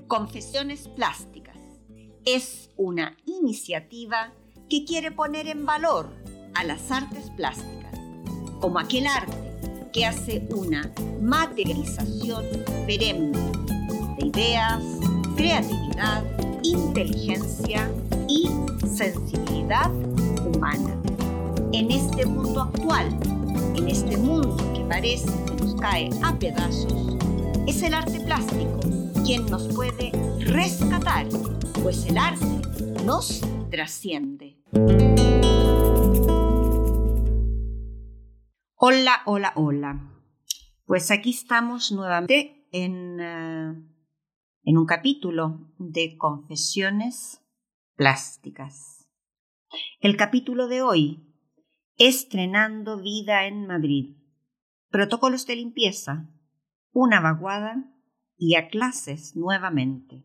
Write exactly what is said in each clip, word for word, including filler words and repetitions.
Confesiones Plásticas es una iniciativa que quiere poner en valor a las artes plásticas, como aquel arte que hace una materialización perenne de ideas, creatividad, inteligencia y sensibilidad humana. En este mundo actual, en este mundo que parece que nos cae a pedazos, es el arte plástico quien nos puede rescatar, pues el arte nos trasciende. Hola, hola, hola. Pues aquí estamos nuevamente en, uh, en un capítulo de Confesiones Plásticas. El capítulo de hoy, estrenando vida en Madrid. Protocolos de limpieza, una vaguada y a clases nuevamente.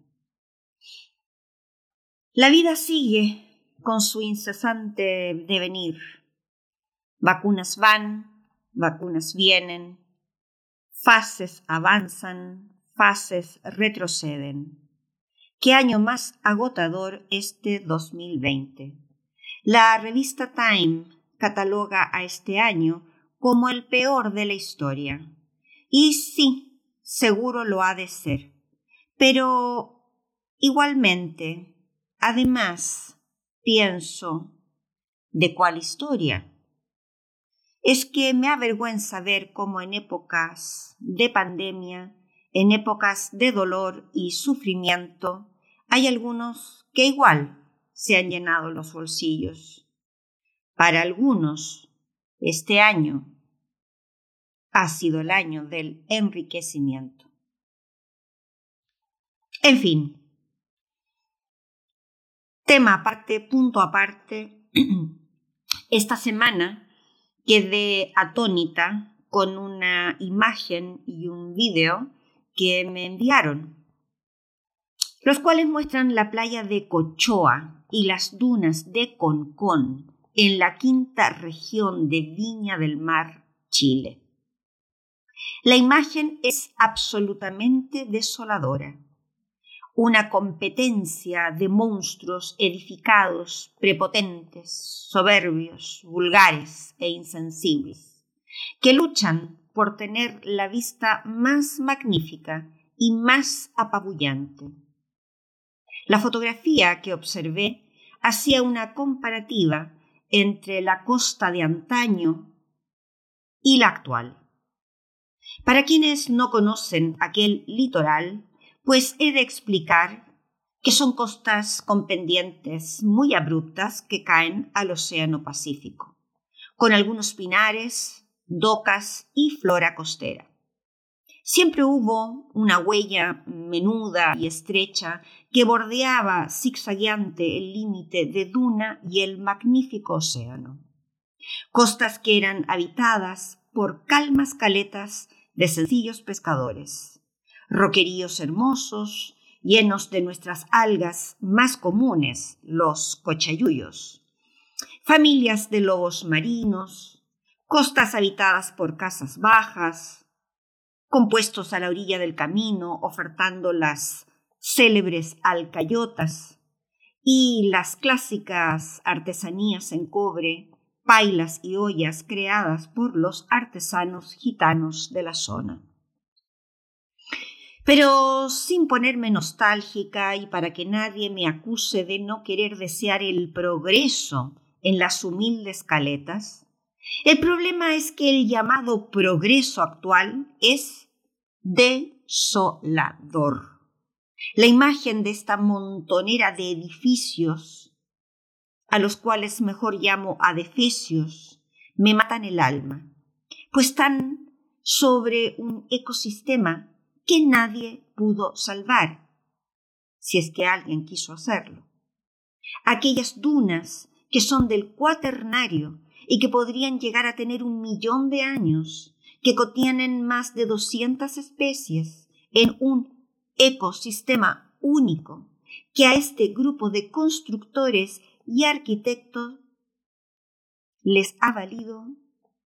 La vida sigue con su incesante devenir. Vacunas van, vacunas vienen, fases avanzan, fases retroceden. ¿Qué año más agotador este dos mil veinte? La revista Time cataloga a este año como el peor de la historia. Y sí, seguro lo ha de ser. Pero igualmente, además, pienso, ¿de cuál historia? Es que me avergüenza ver cómo en épocas de pandemia, en épocas de dolor y sufrimiento, hay algunos que igual se han llenado los bolsillos. Para algunos, este año ha sido el año del enriquecimiento. En fin, tema aparte, punto aparte, esta semana quedé atónita con una imagen y un video que me enviaron, los cuales muestran la playa de Cochoa y las dunas de Concón en la quinta región de Viña del Mar, Chile. La imagen es absolutamente desoladora. Una competencia de monstruos edificados, prepotentes, soberbios, vulgares e insensibles, que luchan por tener la vista más magnífica y más apabullante. La fotografía que observé hacía una comparativa entre la costa de antaño y la actual. Para quienes no conocen aquel litoral, pues he de explicar que son costas con pendientes muy abruptas que caen al Océano Pacífico, con algunos pinares, docas y flora costera. Siempre hubo una huella menuda y estrecha que bordeaba zigzagueante el límite de duna y el magnífico océano. Costas que eran habitadas por calmas caletas de sencillos pescadores, roqueríos hermosos, llenos de nuestras algas más comunes, los cochayuyos, familias de lobos marinos, costas habitadas por casas bajas, compuestos a la orilla del camino ofertando las célebres alcayotas y las clásicas artesanías en cobre, pailas y ollas creadas por los artesanos gitanos de la zona. Pero sin ponerme nostálgica y para que nadie me acuse de no querer desear el progreso en las humildes caletas, el problema es que el llamado progreso actual es desolador. La imagen de esta montonera de edificios, a los cuales mejor llamo adefesios, me matan el alma, pues están sobre un ecosistema que nadie pudo salvar, si es que alguien quiso hacerlo. Aquellas dunas que son del cuaternario y que podrían llegar a tener un millón de años, que contienen más de doscientas especies en un ecosistema único, que a este grupo de constructores y arquitectos les ha valido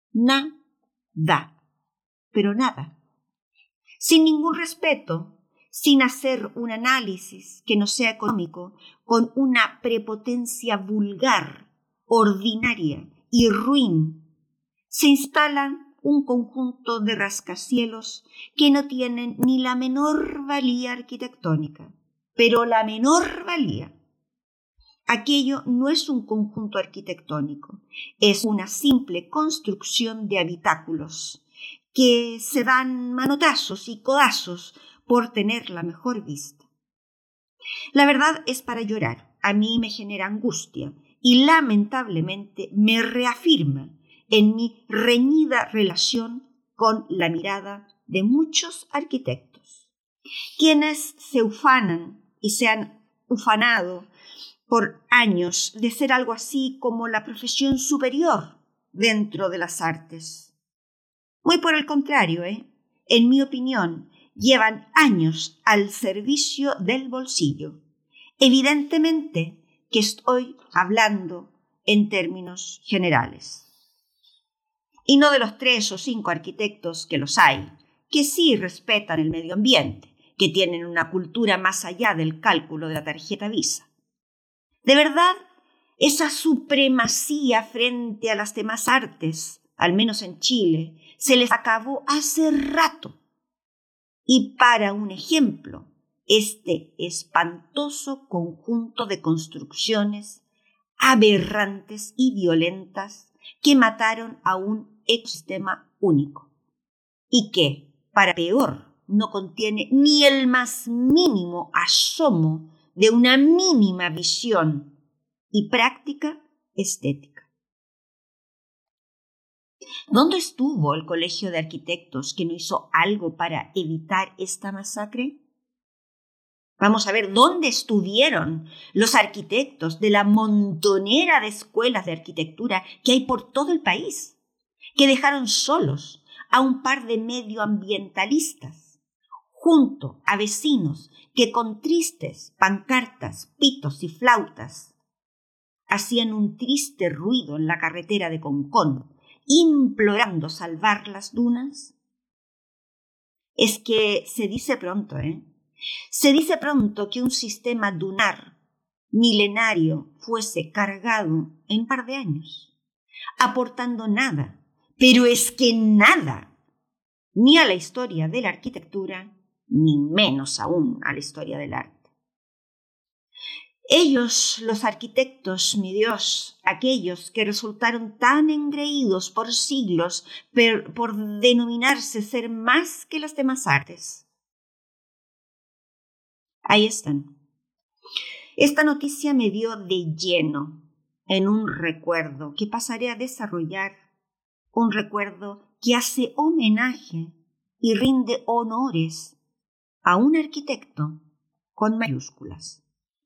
nada, pero nada. Sin ningún respeto, sin hacer un análisis que no sea económico, con una prepotencia vulgar, ordinaria y ruin, se instalan un conjunto de rascacielos que no tienen ni la menor valía arquitectónica, pero la menor valía. Aquello no es un conjunto arquitectónico, es una simple construcción de habitáculos que se dan manotazos y codazos por tener la mejor vista. La verdad es para llorar, a mí me genera angustia y lamentablemente me reafirma en mi reñida relación con la mirada de muchos arquitectos, quienes se ufanan y se han ufanado por años de ser algo así como la profesión superior dentro de las artes. Muy por el contrario, ¿eh? En mi opinión, llevan años al servicio del bolsillo. Evidentemente que estoy hablando en términos generales. Y no de los tres o cinco arquitectos que los hay, que sí respetan el medio ambiente, que tienen una cultura más allá del cálculo de la tarjeta Visa. De verdad, esa supremacía frente a las demás artes, al menos en Chile, se les acabó hace rato. Y para un ejemplo, este espantoso conjunto de construcciones aberrantes y violentas que mataron a un ecosistema único y que, para peor, no contiene ni el más mínimo asomo de una mínima visión y práctica estética. ¿Dónde estuvo el Colegio de Arquitectos que no hizo algo para evitar esta masacre? Vamos a ver, ¿dónde estuvieron los arquitectos de la montonera de escuelas de arquitectura que hay por todo el país, que dejaron solos a un par de medioambientalistas, junto a vecinos que con tristes pancartas, pitos y flautas hacían un triste ruido en la carretera de Concón, implorando salvar las dunas? Es que se dice pronto, ¿eh? Se dice pronto que un sistema dunar milenario fuese cargado en un par de años, aportando nada, pero es que nada, ni a la historia de la arquitectura, ni menos aún a la historia del arte. Ellos, los arquitectos, mi Dios, aquellos que resultaron tan engreídos por siglos per, por denominarse ser más que las demás artes. Ahí están. Esta noticia me dio de lleno en un recuerdo que pasaré a desarrollar, un recuerdo que hace homenaje y rinde honores a un arquitecto con mayúsculas.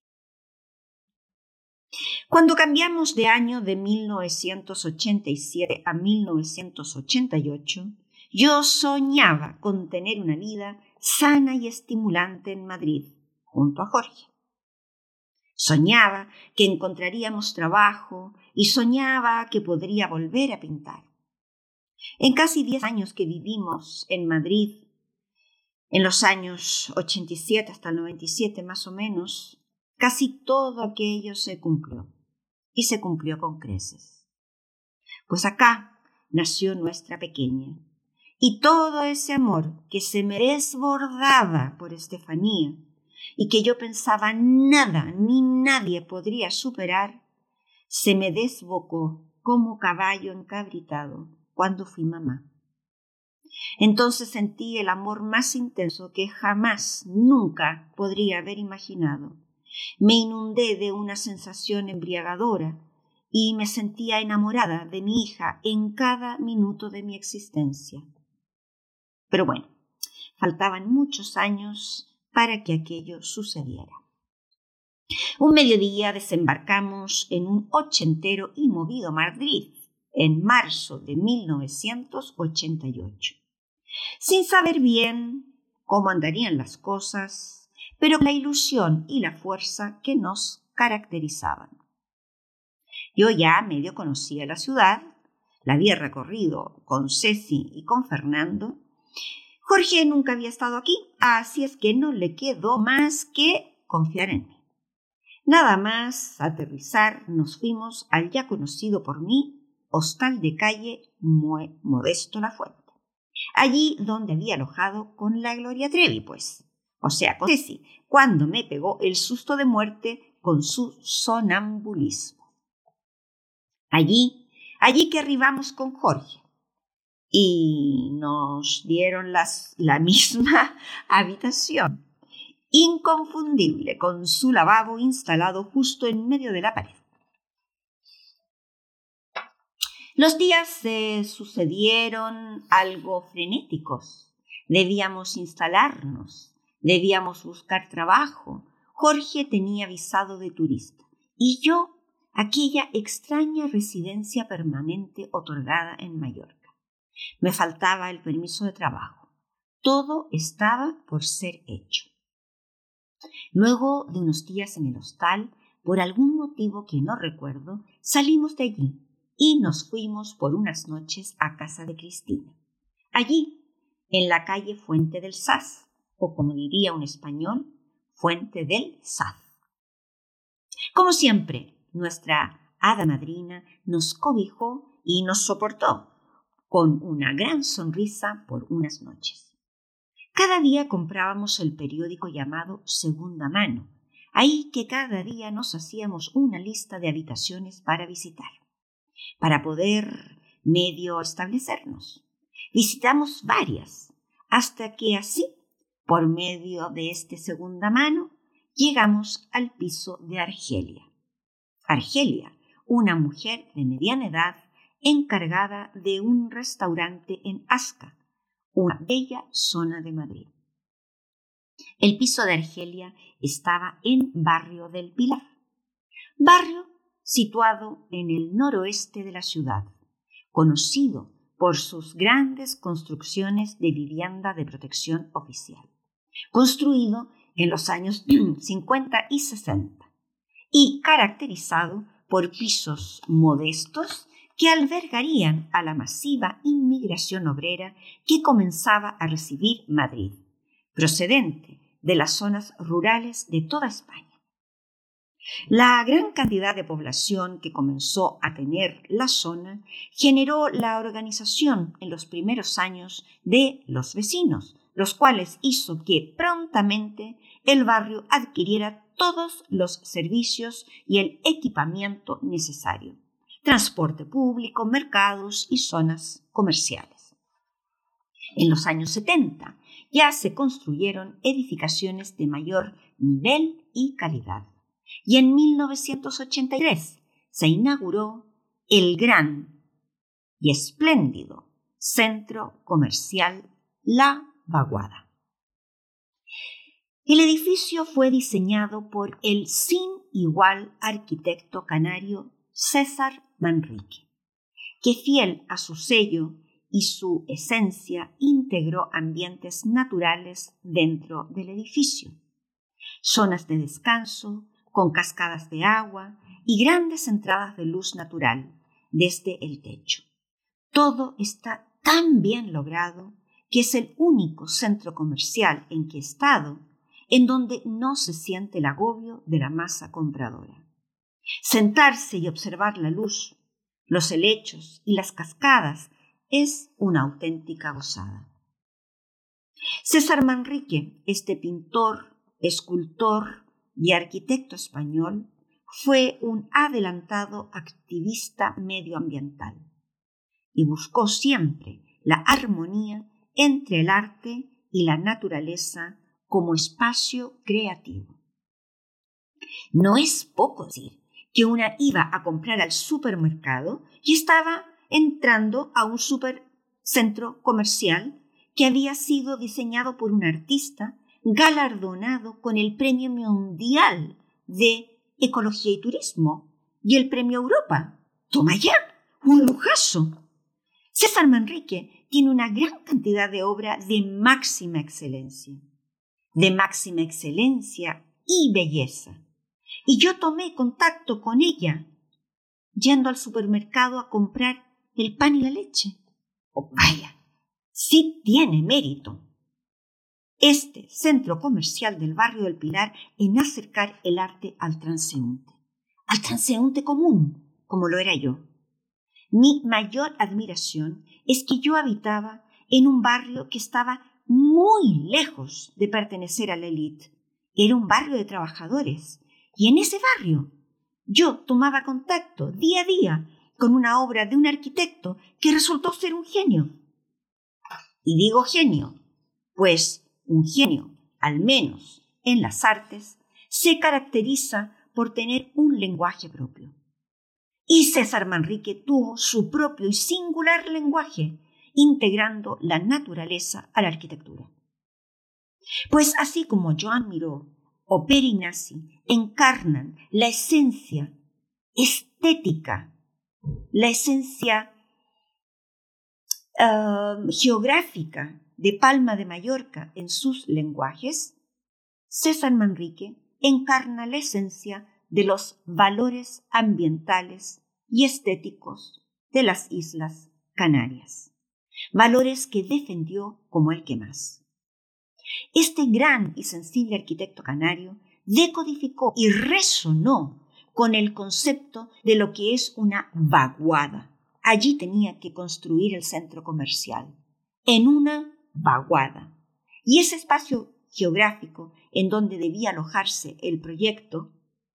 Cuando cambiamos de año de mil novecientos ochenta y siete a mil novecientos ochenta y ocho, yo soñaba con tener una vida sana y estimulante en Madrid, junto a Jorge. Soñaba que encontraríamos trabajo y soñaba que podría volver a pintar. En casi diez años que vivimos en Madrid, en los años ochenta y siete hasta el noventa y siete más o menos, casi todo aquello se cumplió. Y se cumplió con creces. Pues acá nació nuestra pequeña, y todo ese amor que se me desbordaba por Estefanía y que yo pensaba nada ni nadie podría superar, se me desbocó como caballo encabritado cuando fui mamá. Entonces sentí el amor más intenso que jamás, nunca podría haber imaginado. Me inundé de una sensación embriagadora y me sentía enamorada de mi hija en cada minuto de mi existencia. Pero bueno, faltaban muchos años para que aquello sucediera. Un mediodía desembarcamos en un ochentero y movido Madrid en marzo de mil novecientos ochenta y ocho, sin saber bien cómo andarían las cosas, pero con la ilusión y la fuerza que nos caracterizaban. Yo ya medio conocía la ciudad, la había recorrido con Ceci y con Fernando. Jorge nunca había estado aquí, así es que no le quedó más que confiar en mí. Nada más aterrizar, nos fuimos al ya conocido por mí hostal de calle Modesto Lafuente. Allí donde había alojado con la Gloria Trevi, pues. O sea, con Ceci, cuando me pegó el susto de muerte con su sonambulismo. Allí, allí que arribamos con Jorge. Y nos dieron las, la misma habitación, inconfundible, con su lavabo instalado justo en medio de la pared. Los días se sucedieron algo frenéticos. Debíamos instalarnos, debíamos buscar trabajo. Jorge tenía visado de turista y yo aquella extraña residencia permanente otorgada en Mallorca. Me faltaba el permiso de trabajo. Todo estaba por ser hecho. Luego de unos días en el hostal, por algún motivo que no recuerdo, salimos de allí y nos fuimos por unas noches a casa de Cristina. Allí, en la calle Fuente del Saz, o como diría un español, Fuente del Saz. Como siempre, nuestra hada madrina nos cobijó y nos soportó con una gran sonrisa por unas noches. Cada día comprábamos el periódico llamado Segunda Mano, ahí que cada día nos hacíamos una lista de habitaciones para visitar, para poder medio establecernos. Visitamos varias, hasta que así, por medio de este Segunda Mano, llegamos al piso de Argelia. Argelia, una mujer de mediana edad, encargada de un restaurante en Asca, una bella zona de Madrid. El piso de Argelia estaba en Barrio del Pilar, barrio situado en el noroeste de la ciudad, conocido por sus grandes construcciones de vivienda de protección oficial, construido en los años cincuenta y sesenta y caracterizado por pisos modestos que albergarían a la masiva inmigración obrera que comenzaba a recibir Madrid, procedente de las zonas rurales de toda España. La gran cantidad de población que comenzó a tener la zona generó la organización en los primeros años de los vecinos, los cuales hizo que prontamente el barrio adquiriera todos los servicios y el equipamiento necesario: transporte público, mercados y zonas comerciales. En los años setenta ya se construyeron edificaciones de mayor nivel y calidad. Y en mil novecientos ochenta y tres se inauguró el gran y espléndido centro comercial La Vaguada. El edificio fue diseñado por el sin igual arquitecto canario César Manrique, que fiel a su sello y su esencia integró ambientes naturales dentro del edificio, zonas de descanso con cascadas de agua y grandes entradas de luz natural desde el techo. Todo está tan bien logrado que es el único centro comercial en que he estado en donde no se siente el agobio de la masa compradora. Sentarse y observar la luz, los helechos y las cascadas es una auténtica gozada. César Manrique, este pintor, escultor y arquitecto español, fue un adelantado activista medioambiental y buscó siempre la armonía entre el arte y la naturaleza como espacio creativo. No es poco decir que una iba a comprar al supermercado y estaba entrando a un supercentro comercial que había sido diseñado por un artista galardonado con el Premio Mundial de Ecología y Turismo y el Premio Europa. ¡Toma ya! ¡Un lujazo! César Manrique tiene una gran cantidad de obra de máxima excelencia, de máxima excelencia y belleza. Y yo tomé contacto con ella, yendo al supermercado a comprar el pan y la leche. Oh, vaya, sí tiene mérito. este centro comercial del barrio del Pilar en acercar el arte al transeúnte, al transeúnte común, como lo era yo. Mi mayor admiración es que yo habitaba en un barrio que estaba muy lejos de pertenecer a la élite. Era un barrio de trabajadores, y en ese barrio yo tomaba contacto día a día con una obra de un arquitecto que resultó ser un genio. Y digo genio, pues un genio, al menos en las artes, se caracteriza por tener un lenguaje propio. Y César Manrique tuvo su propio y singular lenguaje, integrando la naturaleza a la arquitectura. Pues así como Joan Miró o Pere Ignasi encarnan la esencia estética, la esencia uh, geográfica de Palma de Mallorca en sus lenguajes, César Manrique encarna la esencia de los valores ambientales y estéticos de las Islas Canarias, valores que defendió como el que más. Este gran y sensible arquitecto canario decodificó y resonó con el concepto de lo que es una vaguada. Allí tenía que construir el centro comercial, en una vaguada. Y ese espacio geográfico en donde debía alojarse el proyecto,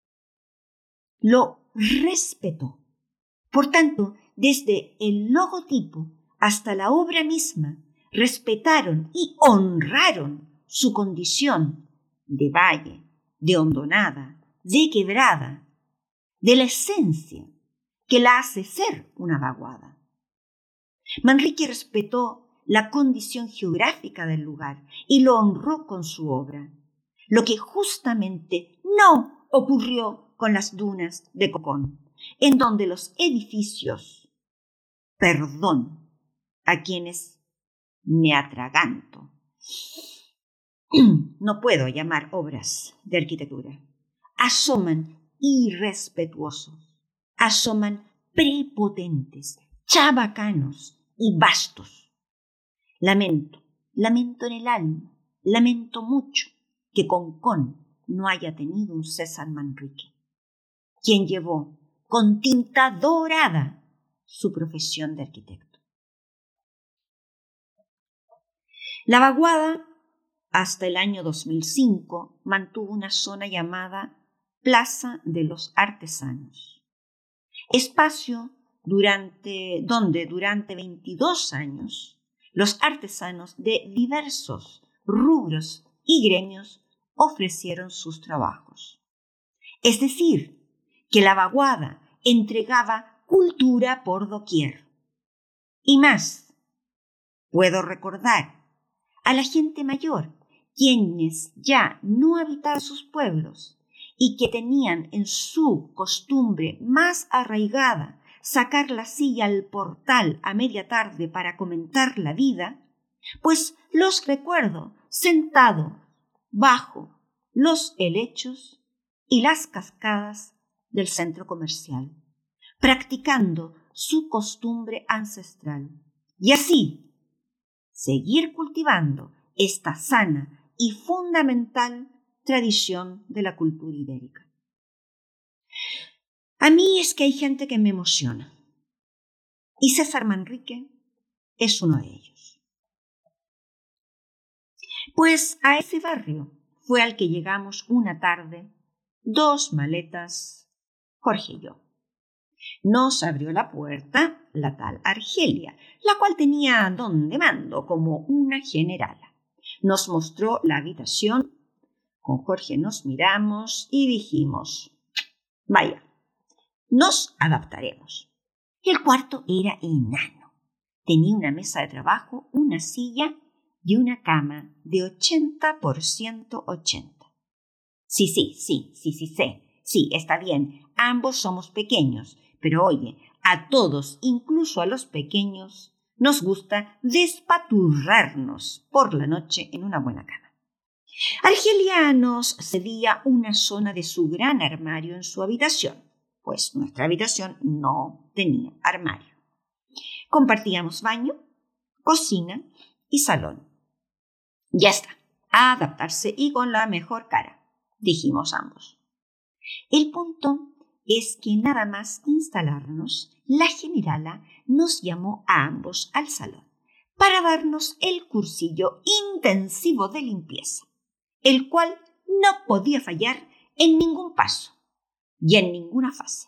lo respetó. Por tanto, desde el logotipo hasta la obra misma, respetaron y honraron su condición de valle, de hondonada, de quebrada, de la esencia que la hace ser una vaguada. Manrique respetó la condición geográfica del lugar y lo honró con su obra, lo que justamente no ocurrió con las dunas de Cocón, en donde los edificios, perdón a quienes me atraganto, no puedo llamar obras de arquitectura, asoman irrespetuosos, asoman prepotentes, chabacanos y vastos. Lamento, lamento en el alma, lamento mucho que Concón no haya tenido un César Manrique, quien llevó con tinta dorada su profesión de arquitecto. La vaguada, hasta el año dos mil cinco, mantuvo una zona llamada Plaza de los Artesanos, espacio durante, donde durante veintidós años los artesanos de diversos rubros y gremios ofrecieron sus trabajos. Es decir, que la vaguada entregaba cultura por doquier. Y más, puedo recordar a la gente mayor, quienes ya no habitaban sus pueblos y que tenían en su costumbre más arraigada sacar la silla al portal a media tarde para comentar la vida, pues los recuerdo sentados bajo los helechos y las cascadas del centro comercial, practicando su costumbre ancestral, y así seguir cultivando esta sana y fundamental tradición de la cultura ibérica. A mí es que hay gente que me emociona, y César Manrique es uno de ellos. Pues a ese barrio fue al que llegamos una tarde, dos maletas, Jorge y yo. Nos abrió la puerta la tal Argelia, la cual tenía don de mando como una generala. Nos mostró la habitación, con Jorge nos miramos y dijimos, vaya, nos adaptaremos. El cuarto era enano. Tenía una mesa de trabajo, una silla y una cama de ochenta por ciento ochenta. Sí, sí, sí, sí, sí, sé. Sí, está bien, ambos somos pequeños, pero oye, a todos, incluso a los pequeños, nos gusta despaturrarnos por la noche en una buena cama. Argelia nos cedía una zona de su gran armario en su habitación, pues nuestra habitación no tenía armario. Compartíamos baño, cocina y salón. Ya está, a adaptarse y con la mejor cara, dijimos ambos. El punto es que nada más instalarnos, la generala nos llamó a ambos al salón para darnos el cursillo intensivo de limpieza, el cual no podía fallar en ningún paso y en ninguna fase.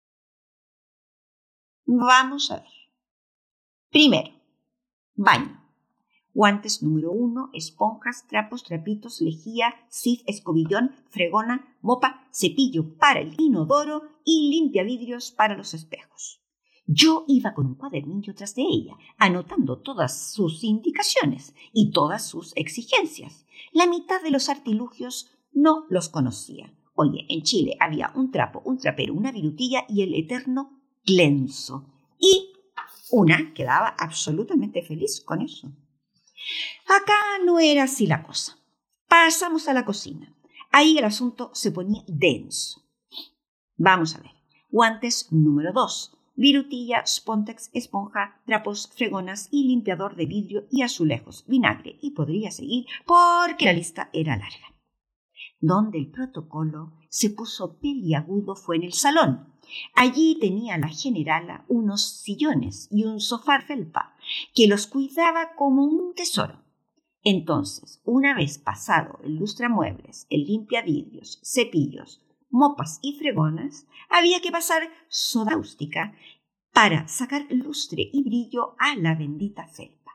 Vamos a ver. Primero, baño. Guantes número uno, esponjas, trapos, trapitos, lejía, sif, escobillón, fregona, mopa, cepillo para el inodoro y limpiavidrios para los espejos. Yo iba con un cuadernillo tras de ella, anotando todas sus indicaciones y todas sus exigencias. La mitad de los artilugios no los conocía. Oye, en Chile había un trapo, un trapero, una virutilla y el eterno clenso. Y una quedaba absolutamente feliz con eso. Acá no era así la cosa. Pasamos a la cocina. Ahí el asunto se ponía denso. Vamos a ver. Guantes número dos. Virutilla, spontex, esponja, trapos, fregonas y limpiador de vidrio y azulejos, vinagre. Y podría seguir porque la lista era larga. Donde el protocolo se puso peliagudo fue en el salón. Allí tenía la generala unos sillones y un sofá felpa que los cuidaba como un tesoro. Entonces, una vez pasado el lustramuebles, el limpiavidrios, cepillos, mopas y fregonas, había que pasar soda cáustica para sacar lustre y brillo a la bendita felpa.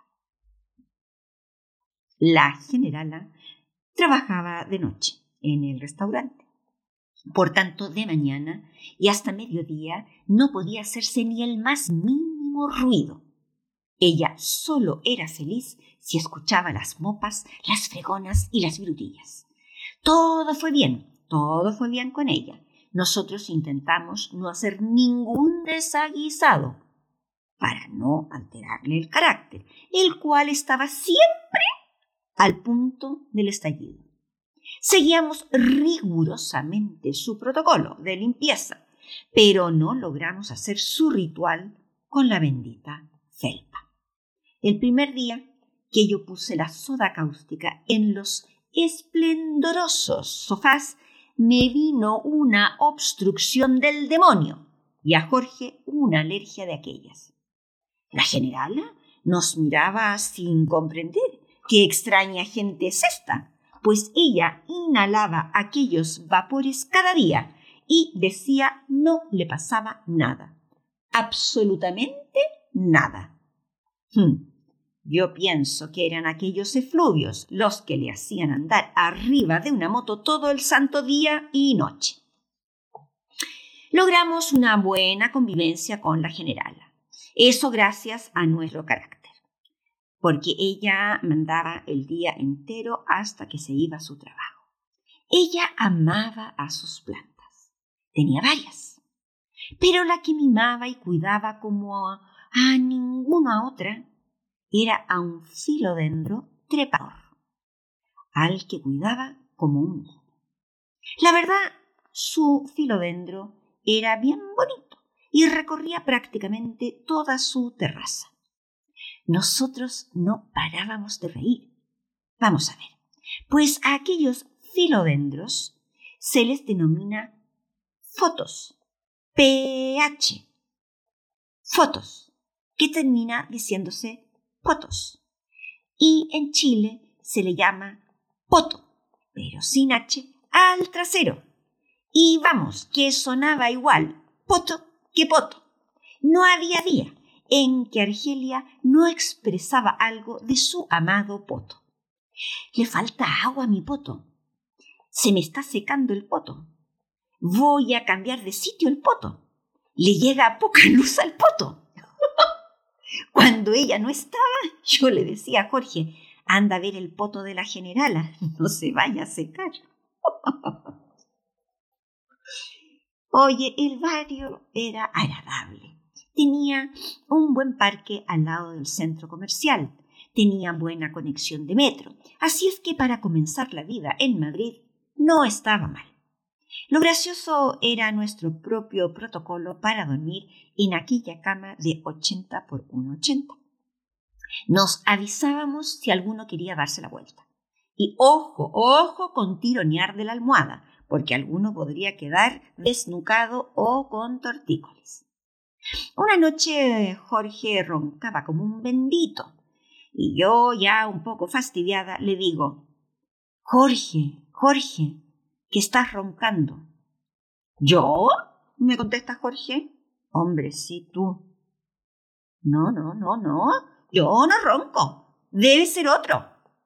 La generala trabajaba de noche en el restaurante. Por tanto, de mañana y hasta mediodía no podía hacerse ni el más mínimo ruido. Ella solo era feliz si escuchaba las mopas, las fregonas y las virutillas. Todo fue bien, todo fue bien con ella. Nosotros intentamos no hacer ningún desaguisado para no alterarle el carácter, el cual estaba siempre al punto del estallido. Seguíamos rigurosamente su protocolo de limpieza, pero no logramos hacer su ritual con la bendita felpa. El primer día que yo puse la soda cáustica en los esplendorosos sofás, me vino una obstrucción del demonio y a Jorge una alergia de aquellas. La generala nos miraba sin comprender qué extraña gente es esta, pues ella inhalaba aquellos vapores cada día y decía no le pasaba nada, absolutamente nada. Hmm. Yo pienso que eran aquellos efluvios los que le hacían andar arriba de una moto todo el santo día y noche. Logramos una buena convivencia con la generala, eso gracias a nuestro carácter, porque ella mandaba el día entero hasta que se iba a su trabajo. Ella amaba a sus plantas, tenía varias, pero la que mimaba y cuidaba como a, a ninguna otra era a un filodendro trepador, al que cuidaba como un niño. La verdad, su filodendro era bien bonito y recorría prácticamente toda su terraza. Nosotros no parábamos de reír. Vamos a ver, pues a aquellos filodendros se les denomina fotos, P H, fotos, que termina diciéndose potos. Y en Chile se le llama poto, pero sin H al trasero. Y vamos, que sonaba igual poto que poto. No había día en que Argelia no expresaba algo de su amado poto. Le falta agua a mi poto. Se me está secando el poto. Voy a cambiar de sitio el poto. Le llega poca luz al poto. Cuando ella no estaba, yo le decía a Jorge, anda a ver el poto de la generala, no se vaya a secar. Oye, el barrio era agradable. Tenía un buen parque al lado del centro comercial. Tenía buena conexión de metro. Así es que para comenzar la vida en Madrid no estaba mal. Lo gracioso era nuestro propio protocolo para dormir en aquella cama de ochenta por uno ochenta. Nos avisábamos si alguno quería darse la vuelta. Y ojo, ojo con tironear de la almohada, porque alguno podría quedar desnucado o con tortícolis. Una noche Jorge roncaba como un bendito y yo, ya un poco fastidiada, le digo: Jorge, Jorge, que estás roncando. ¿Yo? Me contesta Jorge. Hombre, sí, tú. No, no, no, no, yo no ronco, debe ser otro.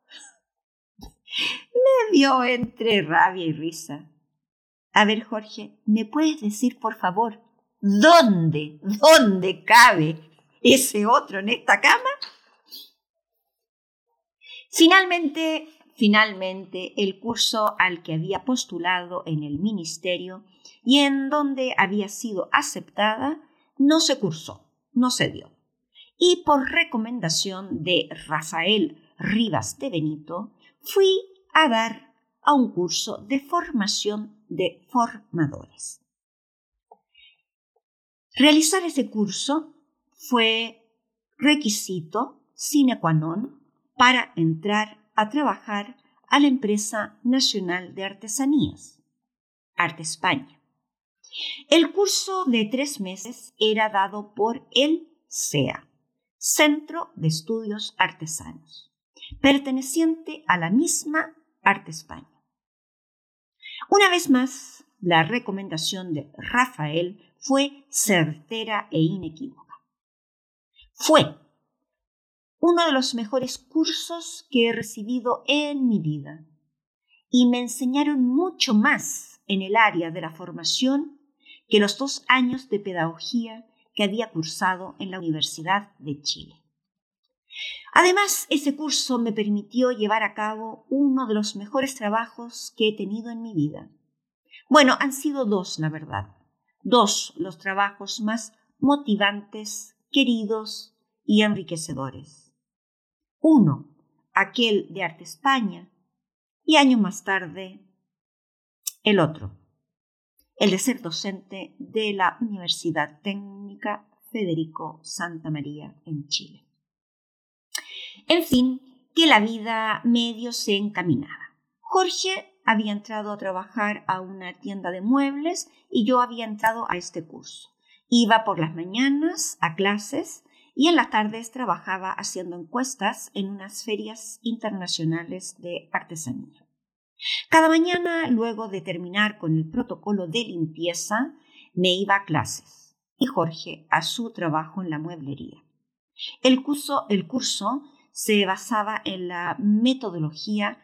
Me dio entre rabia y risa. A ver, Jorge, ¿me puedes decir, por favor, dónde, dónde cabe ese otro en esta cama? Finalmente, finalmente, el curso al que había postulado en el ministerio y en donde había sido aceptada no se cursó, no se dio. Y por recomendación de Rafael Rivas de Benito, fui a dar a un curso de formación de formadores. Realizar ese curso fue requisito sine qua non para entrar a trabajar a la Empresa Nacional de Artesanías, Arte España. El curso de tres meses era dado por el C E A, Centro de Estudios Artesanos, perteneciente a la misma Arte España. Una vez más, la recomendación de Rafael fue certera e inequívoca. Fue uno de los mejores cursos que he recibido en mi vida y me enseñaron mucho más en el área de la formación que los dos años de pedagogía que había cursado en la Universidad de Chile. Además, ese curso me permitió llevar a cabo uno de los mejores trabajos que he tenido en mi vida. Bueno, han sido dos, la verdad. Dos los trabajos más motivantes, queridos y enriquecedores. Uno, aquel de Arte España, y años más tarde, el otro, el de ser docente de la Universidad Técnica Federico Santa María en Chile. En fin, que la vida medio se encaminaba. Jorge había entrado a trabajar a una tienda de muebles y yo había entrado a este curso. Iba por las mañanas a clases y en las tardes trabajaba haciendo encuestas en unas ferias internacionales de artesanía. Cada mañana, luego de terminar con el protocolo de limpieza, me iba a clases y Jorge a su trabajo en la mueblería. El curso, el curso se basaba en la metodología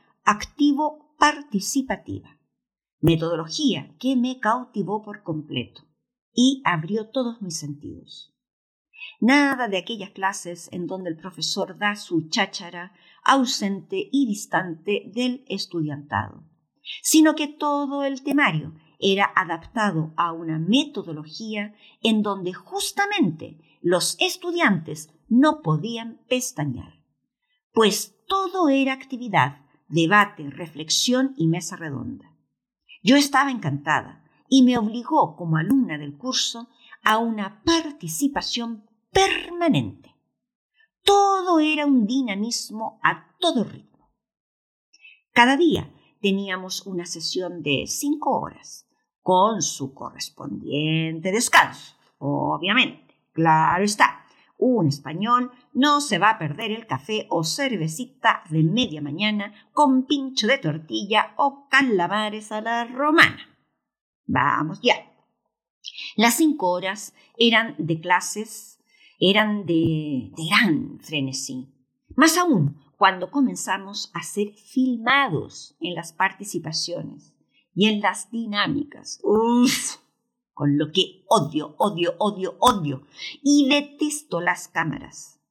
activo-participativa, metodología que me cautivó por completo y abrió todos mis sentidos. Nada de aquellas clases en donde el profesor da su cháchara ausente y distante del estudiantado, sino que todo el temario era adaptado a una metodología en donde justamente los estudiantes no podían pestañear, pues todo era actividad, debate, reflexión y mesa redonda. Yo estaba encantada y me obligó como alumna del curso a una participación permanente. Todo era un dinamismo a todo ritmo. Cada día teníamos una sesión de cinco horas, con su correspondiente descanso, obviamente, claro está. Un español no se va a perder el café o cervecita de media mañana con pincho de tortilla o calamares a la romana. Vamos ya. Las cinco horas eran de clases, eran de, de gran frenesí. Más aún, cuando comenzamos a ser filmados en las participaciones y en las dinámicas. ¡Uf! Con lo que odio, odio, odio, odio y detesto las cámaras.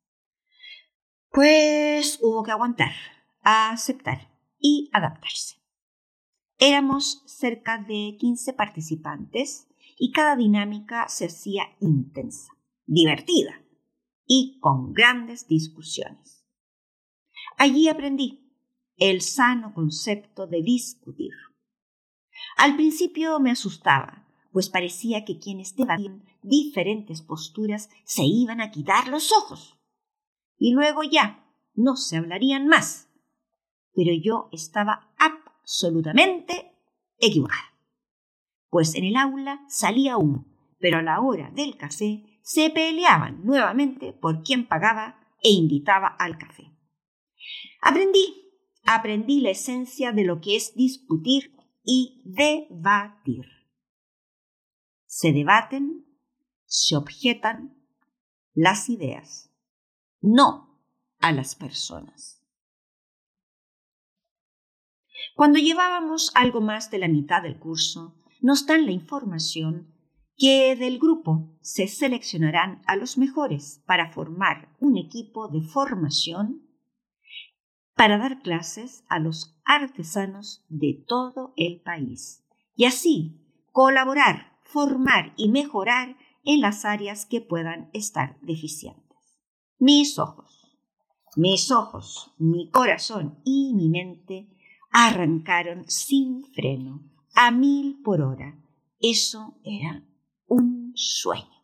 Pues hubo que aguantar, aceptar y adaptarse. Éramos cerca de quince participantes y cada dinámica se hacía intensa, divertida y con grandes discusiones. Allí aprendí el sano concepto de discutir. Al principio me asustaba, pues parecía que quienes debatían diferentes posturas se iban a quitar los ojos. Y luego ya no se hablarían más. pero yo estaba absolutamente equivocada. Pues en el aula salía humo, pero a la hora del café se peleaban nuevamente por quién pagaba e invitaba al café. Aprendí, aprendí la esencia de lo que es discutir y debatir. Se debaten, se objetan las ideas, no a las personas. Cuando llevábamos algo más de la mitad del curso, nos dan la información que del grupo se seleccionarán a los mejores para formar un equipo de formación para dar clases a los artesanos de todo el país y así colaborar, formar y mejorar en las áreas que puedan estar deficientes. Mis ojos, mis ojos, mi corazón y mi mente arrancaron sin freno, a mil por hora. Eso era un sueño.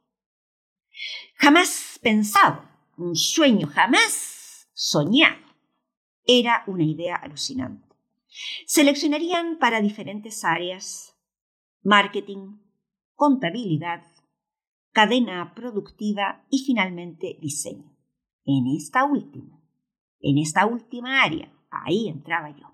Jamás pensado, un sueño jamás soñado. Era una idea alucinante. Seleccionarían para diferentes áreas: marketing, contabilidad, cadena productiva y finalmente diseño. En esta última, en esta última área, ahí entraba yo.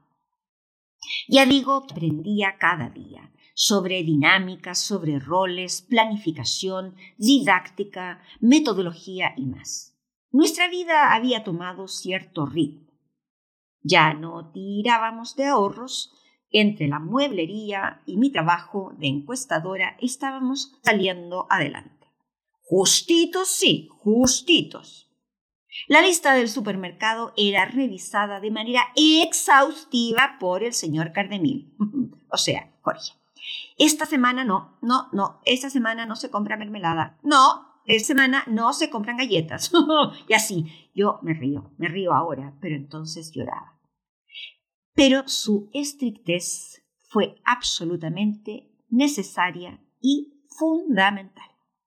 Ya digo que aprendía cada día sobre dinámicas, sobre roles, planificación, didáctica, metodología y más. Nuestra vida había tomado cierto ritmo. Ya no tirábamos de ahorros. Entre la mueblería y mi trabajo de encuestadora estábamos saliendo adelante. Justitos, sí, justitos. La lista del supermercado era revisada de manera exhaustiva por el señor Cardemil. O sea, Jorge. Esta semana no, no, no, esta semana no se compra mermelada. No, esta semana no se compran galletas. Y así, yo me río, me río ahora, pero entonces lloraba. Pero su estrictez fue absolutamente necesaria y fundamental.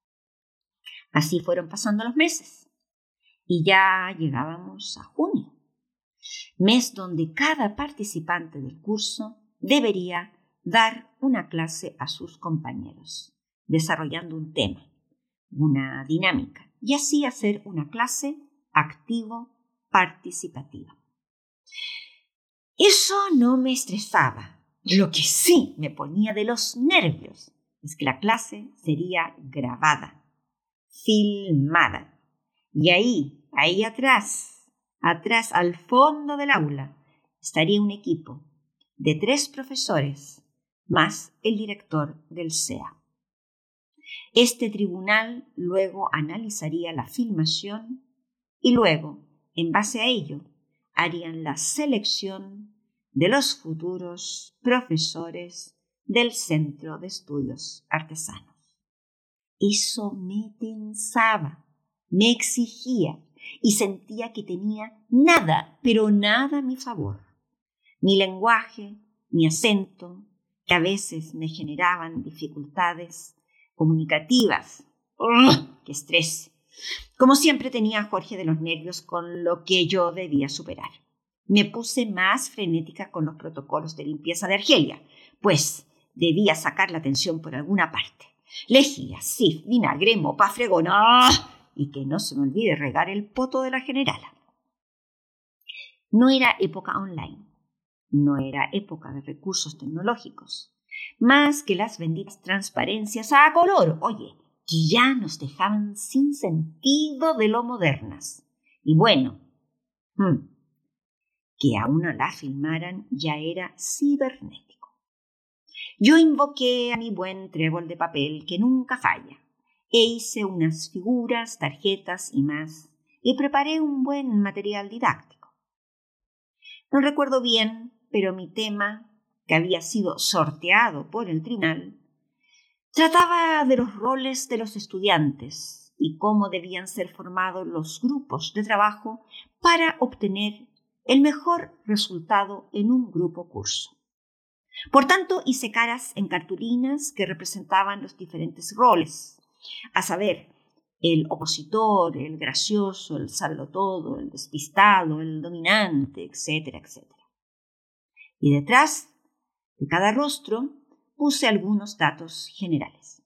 Así fueron pasando los meses y ya llegábamos a junio, mes donde cada participante del curso debería dar una clase a sus compañeros, desarrollando un tema, una dinámica, y así hacer una clase activo-participativa. Eso no me estresaba. Lo que sí me ponía de los nervios es que la clase sería grabada, filmada. Y ahí, ahí atrás, atrás al fondo del aula, estaría un equipo de tres profesores más el director del C E A. Este tribunal luego analizaría la filmación y luego, en base a ello, harían la selección de los futuros profesores del Centro de Estudios Artesanos. Eso me tensaba, me exigía y sentía que tenía nada, pero nada a mi favor. Mi lenguaje, mi acento, que a veces me generaban dificultades comunicativas. ¡Ugh! ¡Qué estrés! Como siempre tenía a Jorge de los nervios con lo que yo debía superar. Me puse más frenética con los protocolos de limpieza de Argelia, pues debía sacar la atención por alguna parte. Lejía, sif, vinagre, mopa, fregona. ¡Ah! Y que no se me olvide regar el poto de la generala. No era época online, no era época de recursos tecnológicos, más que las benditas transparencias a color, oye, que ya nos dejaban sin sentido de lo modernas. Y bueno, hmm, que a una la filmaran ya era cibernético. Yo invoqué a mi buen trébol de papel que nunca falla, e hice unas figuras, tarjetas y más, y preparé un buen material didáctico. No recuerdo bien, pero mi tema, que había sido sorteado por el tribunal, trataba de los roles de los estudiantes y cómo debían ser formados los grupos de trabajo para obtener el mejor resultado en un grupo curso. Por tanto, hice caras en cartulinas que representaban los diferentes roles, a saber, el opositor, el gracioso, el sabelotodo, el despistado, el dominante, etcétera, etcétera. y detrás de cada rostro puse algunos datos generales.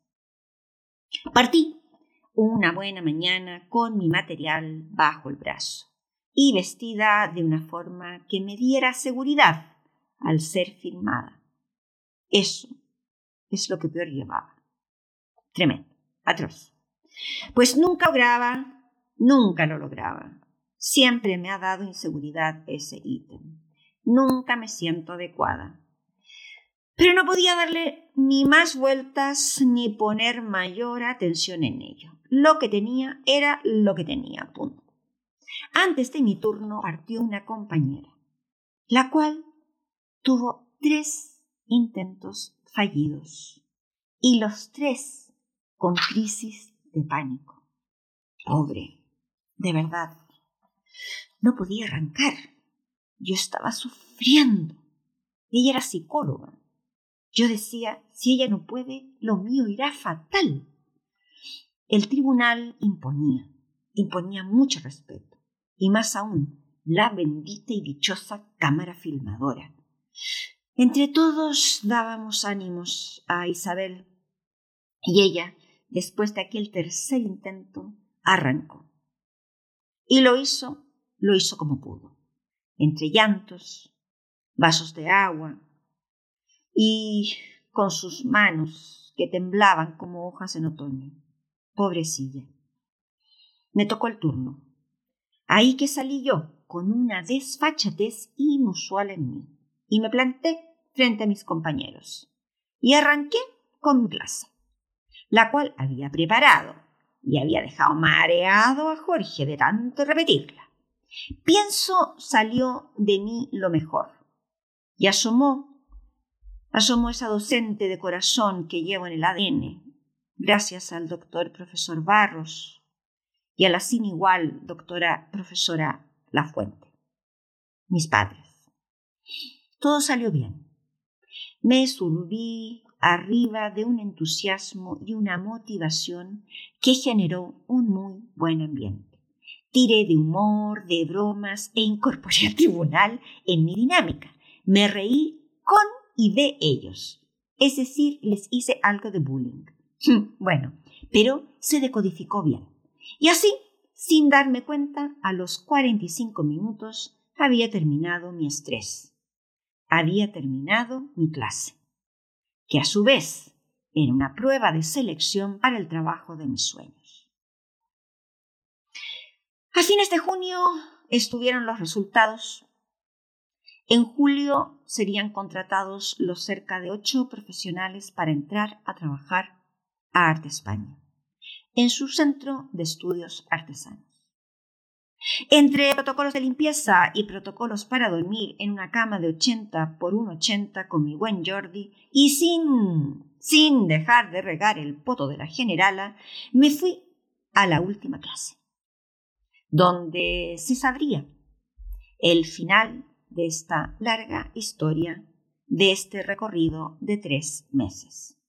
Partí una buena mañana con mi material bajo el brazo y vestida de una forma que me diera seguridad al ser filmada. Eso es lo que peor llevaba. Tremendo, atroz. Pues nunca lograba, nunca lo lograba. Siempre me ha dado inseguridad ese ítem. Nunca me siento adecuada. Pero no podía darle ni más vueltas ni poner mayor atención en ello. Lo que tenía era lo que tenía, punto. Antes de mi turno partió una compañera, la cual tuvo tres intentos fallidos y los tres con crisis de pánico. Pobre, de verdad, no podía arrancar. Yo estaba sufriendo. Ella era psicóloga. Yo decía, si ella no puede, lo mío irá fatal. El tribunal imponía, imponía mucho respeto, y más aún, la bendita y dichosa cámara filmadora. Entre todos dábamos ánimos a Isabel, y ella, después de aquel tercer intento, arrancó. Y lo hizo, lo hizo como pudo, entre llantos, vasos de agua, y con sus manos que temblaban como hojas en otoño. Pobrecilla. Me tocó el turno. Ahí que salí yo, con una desfachatez inusual en mí, y me planté frente a mis compañeros. Y arranqué con mi clase, la cual había preparado y había dejado mareado a Jorge de tanto repetirla. Pienso salió de mí lo mejor, y asomó, asomó esa docente de corazón que llevo en el A D N, gracias al doctor profesor Barros y a la sin igual doctora profesora Lafuente, mis padres. Todo salió bien. Me subí arriba de un entusiasmo y una motivación que generó un muy buen ambiente. Tiré de humor, de bromas e incorporé al tribunal en mi dinámica. Me reí con y de ellos. Es decir, les hice algo de bullying. Bueno, pero se decodificó bien. Y así, sin darme cuenta, a los cuarenta y cinco minutos había terminado mi estrés. Había terminado mi clase, que a su vez era una prueba de selección para el trabajo de mis sueños. A fines de junio estuvieron los resultados. En julio serían contratados los cerca de ocho profesionales para entrar a trabajar a Arte España, en su centro de estudios artesanos. Entre protocolos de limpieza y protocolos para dormir en una cama de ochenta por un ochenta con mi buen Jordi y sin, sin dejar de regar el poto de la generala, me fui a la última clase, donde se sabría el final de esta larga historia, de este recorrido de tres meses.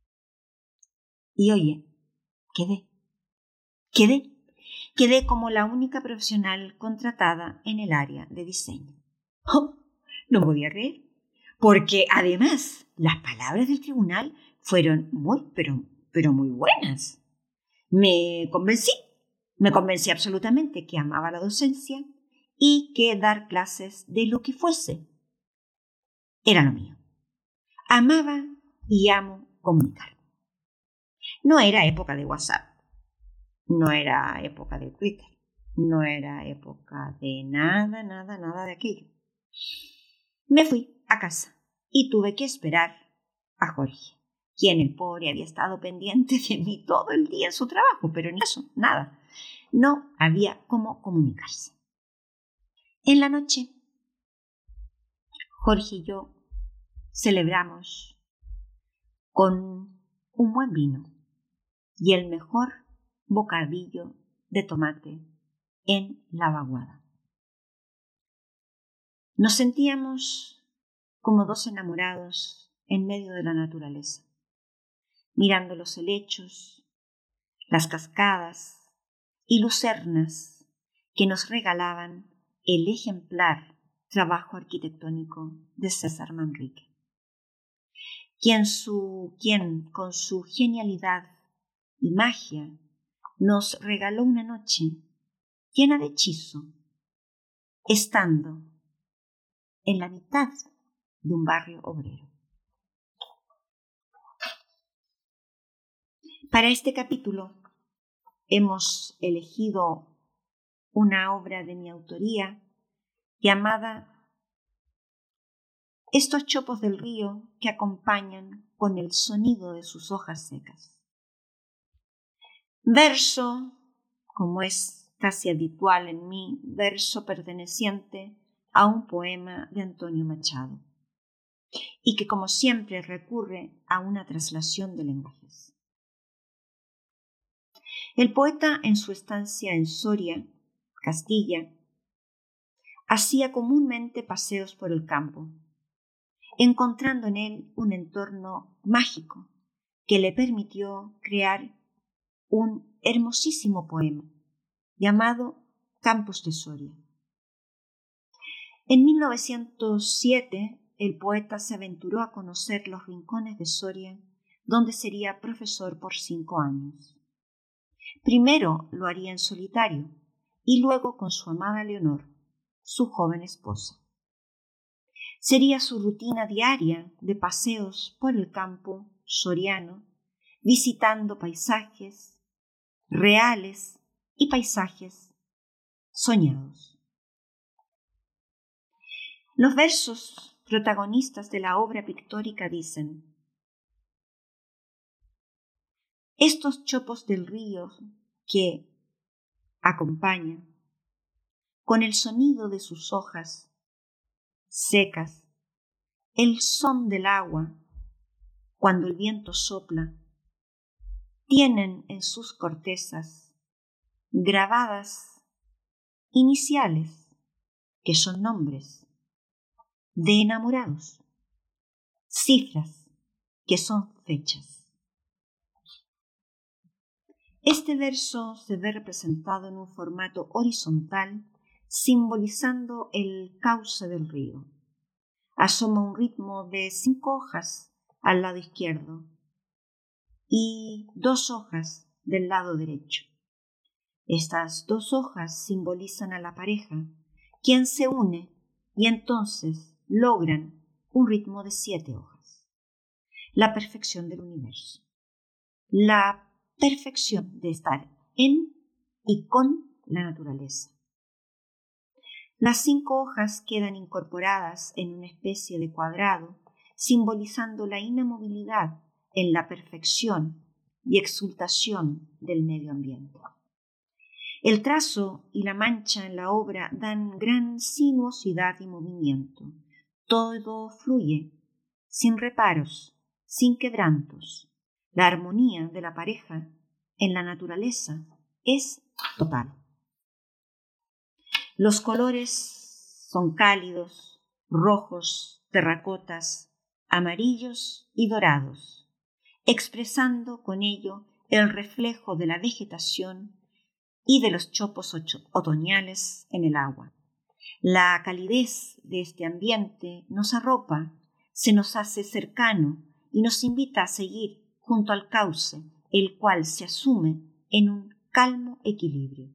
Y oye, quedé, quedé. Quedé como la única profesional contratada en el área de diseño. Oh, no podía creer, porque además las palabras del tribunal fueron muy, pero, pero muy buenas. Me convencí, me convencí absolutamente que amaba la docencia y que dar clases de lo que fuese era lo mío. Amaba y amo comunicar. No era época de WhatsApp. No era época de Twitter, no era época de nada, nada, nada de aquello. Me fui a casa y tuve que esperar a Jorge, quien el pobre había estado pendiente de mí todo el día en su trabajo, pero ni eso, nada. No había cómo comunicarse. En la noche, Jorge y yo celebramos con un buen vino y el mejor bocadillo de tomate en la vaguada. Nos sentíamos como dos enamorados en medio de la naturaleza, mirando los helechos, las cascadas y lucernas que nos regalaban el ejemplar trabajo arquitectónico de César Manrique, quien, su, quien con su genialidad y magia nos regaló una noche llena de hechizo, estando en la mitad de un barrio obrero. Para este capítulo hemos elegido una obra de mi autoría llamada Estos chopos del río que acompañan con el sonido de sus hojas secas. Verso, como es casi habitual en mí, verso perteneciente a un poema de Antonio Machado, y que como siempre recurre a una traslación de lenguajes. El poeta, en su estancia en Soria, Castilla, hacía comúnmente paseos por el campo, encontrando en él un entorno mágico que le permitió crear un hermosísimo poema llamado Campos de Soria. En mil novecientos siete, el poeta se aventuró a conocer los rincones de Soria, donde sería profesor por cinco años. Primero lo haría en solitario y luego con su amada Leonor, su joven esposa. Sería su rutina diaria de paseos por el campo soriano, visitando paisajes reales y paisajes soñados. Los versos protagonistas de la obra pictórica dicen: estos chopos del río que acompañan con el sonido de sus hojas secas, el son del agua cuando el viento sopla, tienen en sus cortezas grabadas iniciales que son nombres de enamorados, cifras que son fechas. Este verso se ve representado en un formato horizontal, simbolizando el cauce del río. Asoma un ritmo de cinco hojas al lado izquierdo y dos hojas del lado derecho. Estas dos hojas simbolizan a la pareja, quien se une y entonces logran un ritmo de siete hojas. La perfección del universo. La perfección de estar en y con la naturaleza. Las cinco hojas quedan incorporadas en una especie de cuadrado, simbolizando la inamovilidad en la perfección y exultación del medio ambiente. El trazo y la mancha en la obra dan gran sinuosidad y movimiento. Todo fluye, sin reparos, sin quebrantos. La armonía de la pareja en la naturaleza es total. Los colores son cálidos, rojos, terracotas, amarillos y dorados, expresando con ello el reflejo de la vegetación y de los chopos otoñales en el agua. La calidez de este ambiente nos arropa, se nos hace cercano y nos invita a seguir junto al cauce, el cual se asume en un calmo equilibrio.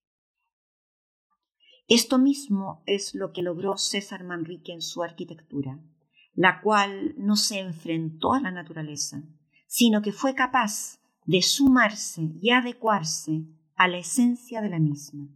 Esto mismo es lo que logró César Manrique en su arquitectura, la cual no se enfrentó a la naturaleza, sino que fue capaz de sumarse y adecuarse a la esencia de la misma.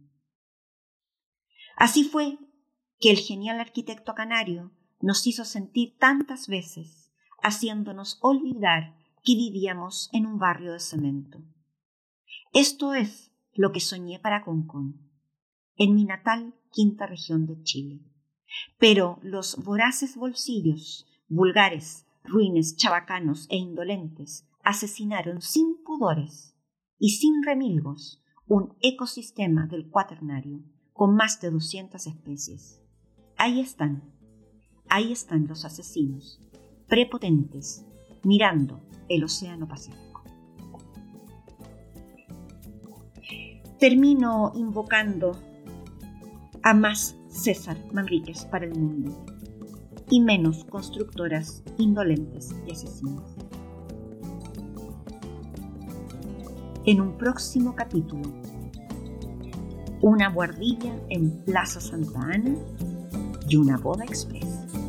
Así fue que el genial arquitecto canario nos hizo sentir tantas veces, haciéndonos olvidar que vivíamos en un barrio de cemento. Esto es lo que soñé para Concón, en mi natal quinta región de Chile. Pero los voraces bolsillos, vulgares, ruines, chabacanos e indolentes asesinaron sin pudores y sin remilgos un ecosistema del cuaternario con más de doscientas especies. Ahí están, ahí están los asesinos, prepotentes, mirando el Océano Pacífico. Termino invocando a más César Manríquez para el mundo, y menos constructoras indolentes y asesinas. En un próximo capítulo, una buhardilla en Plaza Santa Ana y una boda express.